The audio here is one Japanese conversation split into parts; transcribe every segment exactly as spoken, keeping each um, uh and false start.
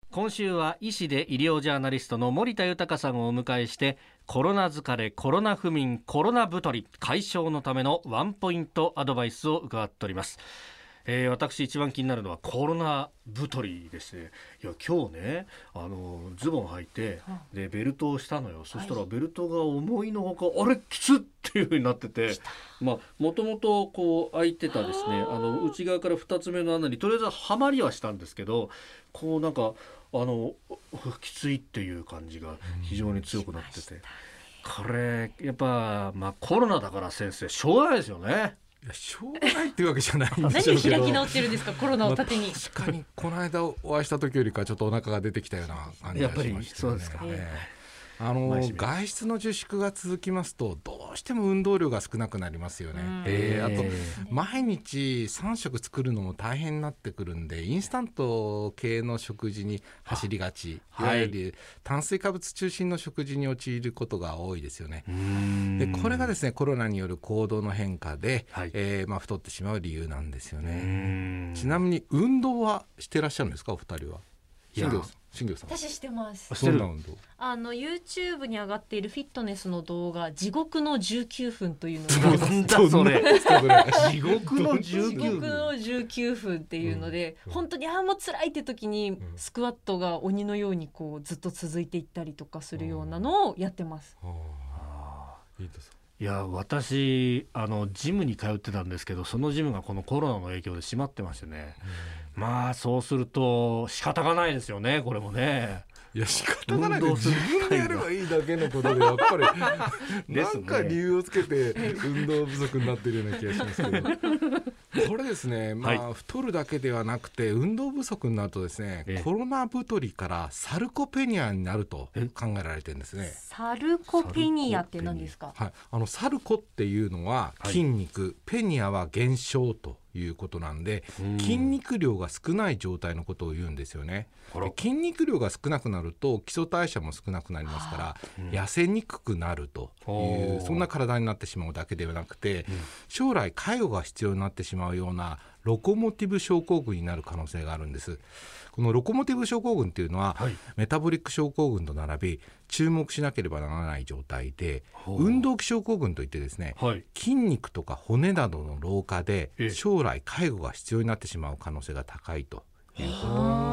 今週は医師で医療ジャーナリストの森田豊さんをお迎えして、コロナ疲れ、コロナ不眠、コロナ太り解消のためのワンポイントアドバイスを伺っております。えー、私一番気になるのはコロナ太りですね。いや今日ね、あのズボン履いてでベルトをしたのよ。そしたらベルトが思いのほか、あれきつっていう風になってて、まあもともとこう開いてたですね、あの内側からふたつめの穴にとりあえずはまりはしたんですけど、こうなんかあのきついっていう感じが非常に強くなってて、これやっぱまあコロナだから先生しょうがないですよね。 いやしょうがないっていうわけじゃないんでしょうけど何で開き直ってるんですか、コロナを盾に。 まあ、確かにこの間お会いした時よりかちょっとお腹が出てきたような感じがしましたよね。 やっぱりそうですか、 えーあの外出の自粛が続きますとどうしても運動量が少なくなりますよね。えー、あと毎日さん食作るのも大変になってくるんで、インスタント系の食事に走りがち、いわゆる炭水化物中心の食事に陥ることが多いですよね。でこれがですねコロナによる行動の変化で、はいえーまあ、太ってしまう理由なんですよね。ちなみに運動はしてらっしゃるんですか、お二人は。新庄さん新庄さん私してます。 どんな運動？ あの YouTube に上がっているフィットネスの動画、地獄のじゅうきゅうふんというのがなんだそれ地獄のじゅうきゅうふん地獄のじゅうきゅうふんっていうので、うん、本当にああもう辛いって時にスクワットが鬼のようにこうずっと続いていったりとかするようなのをやってます。 ああ、いいです。 いや私あのジムに通ってたんですけど、そのジムがこのコロナの影響で閉まってましてね、うん、まあそうすると仕方がないですよね、これもね。 いや仕方がないで自分でやればいいだけのことでやっぱりなんか理由をつけて運動不足になってるような気がしますけどこれですね、まあ、はい、太るだけではなくて運動不足になるとですね、コロナ太りからサルコペニアになると考えられてるんですね。 サルコペニアって何ですか？ はい、あのサルコっていうのは筋肉、はい、ペニアは減少ということなんで、筋肉量が少ない状態のことを言うんですよね。で筋肉量が少なくなると基礎代謝も少なくなりますから、うん、痩せにくくなるというそんな体になってしまうだけではなくて、うん、将来介護が必要になってしまうようなロコモティブ症候群になる可能性があるんです。このロコモティブ症候群っていうのは、はい、メタボリック症候群と並び注目しなければならない状態で、運動器症候群といってですね、はい、筋肉とか骨などの老化で将来介護が必要になってしまう可能性が高いということなんです。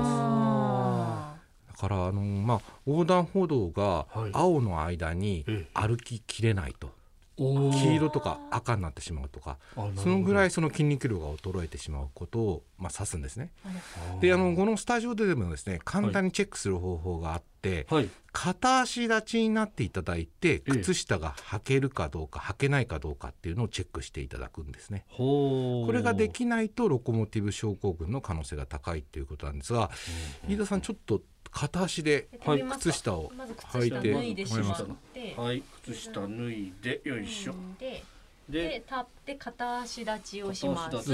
だからあの、まあ、横断歩道が青の間に歩ききれないと、黄色とか赤になってしまうとか、そのぐらいその筋肉量が衰えてしまうことを、まあ、指すんですね。であのこのスタジオででもですね簡単にチェックする方法があって、はい、片足立ちになっていただいて靴下が履けるかどうか履けないかどうかっていうのをチェックしていただくんですね。これができないとロコモティブ症候群の可能性が高いということなんですが、飯田さんちょっと片足で靴下を履いてもらえますか？ はい、靴下脱いでよいしょでで立って片足立ちをします。はい、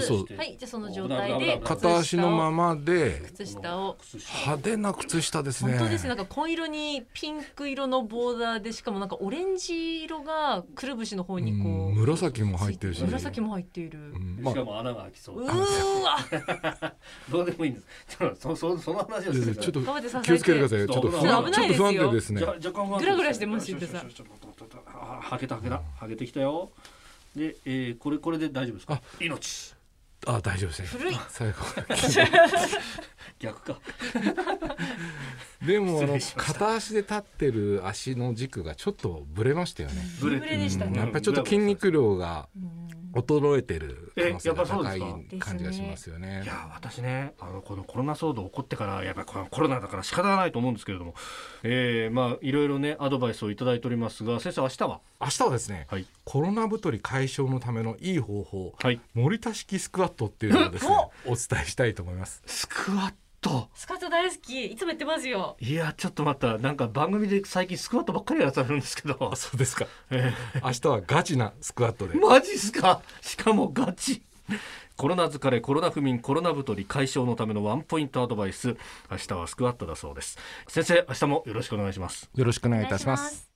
じゃあその状態で片足のままで靴下を派手な靴下ですね。 本当ですね。なんか紺色にピンク色のボーダーで、しかもなんかオレンジ色がくるぶしの方にこう、うん、 紫も入ってるし、 紫も入っている、 うんまあ、しかも穴が開きそう。 うーわどうでもいいんです。ちょっと そ, その話をしてちょっと気をつけてください。ちょっと不安危ないですよ。 ちょっと不安定ですね。 グラグラしてますよ。 はけたはけたはけてきたよ。で、えー、これこれで大丈夫ですか？命。 あ、大丈夫ですね。 古い。 最後逆か。 でもあの片足で立ってる足の軸がちょっとブレましたよね。 ブレでしたね。 やっぱりちょっと筋肉量が衰えてる可能性が高い感じがしますよね。 いや私ね、あのこのコロナ騒動起こってからやっぱりこのコロナだから仕方がないと思うんですけれども、えー、まあいろいろねアドバイスをいただいておりますが、先生明日は明日はですね、はい、コロナ太り解消のためのいい方法、はい、森田式スクワットっていうのをですねお伝えしたいと思います。 スクワットスクワット大好き、いつも言ってますよ。 いやちょっと待った、なんか番組で最近スクワットばっかりやらされるんですけど。 そうですか、えー、明日はガチなスクワットで。 マジっすか？しかもガチ。コロナ疲れ、コロナ不眠、コロナ太り解消のためのワンポイントアドバイス、明日はスクワットだそうです。先生、明日もよろしくお願いします。 よろしくお願いいたします。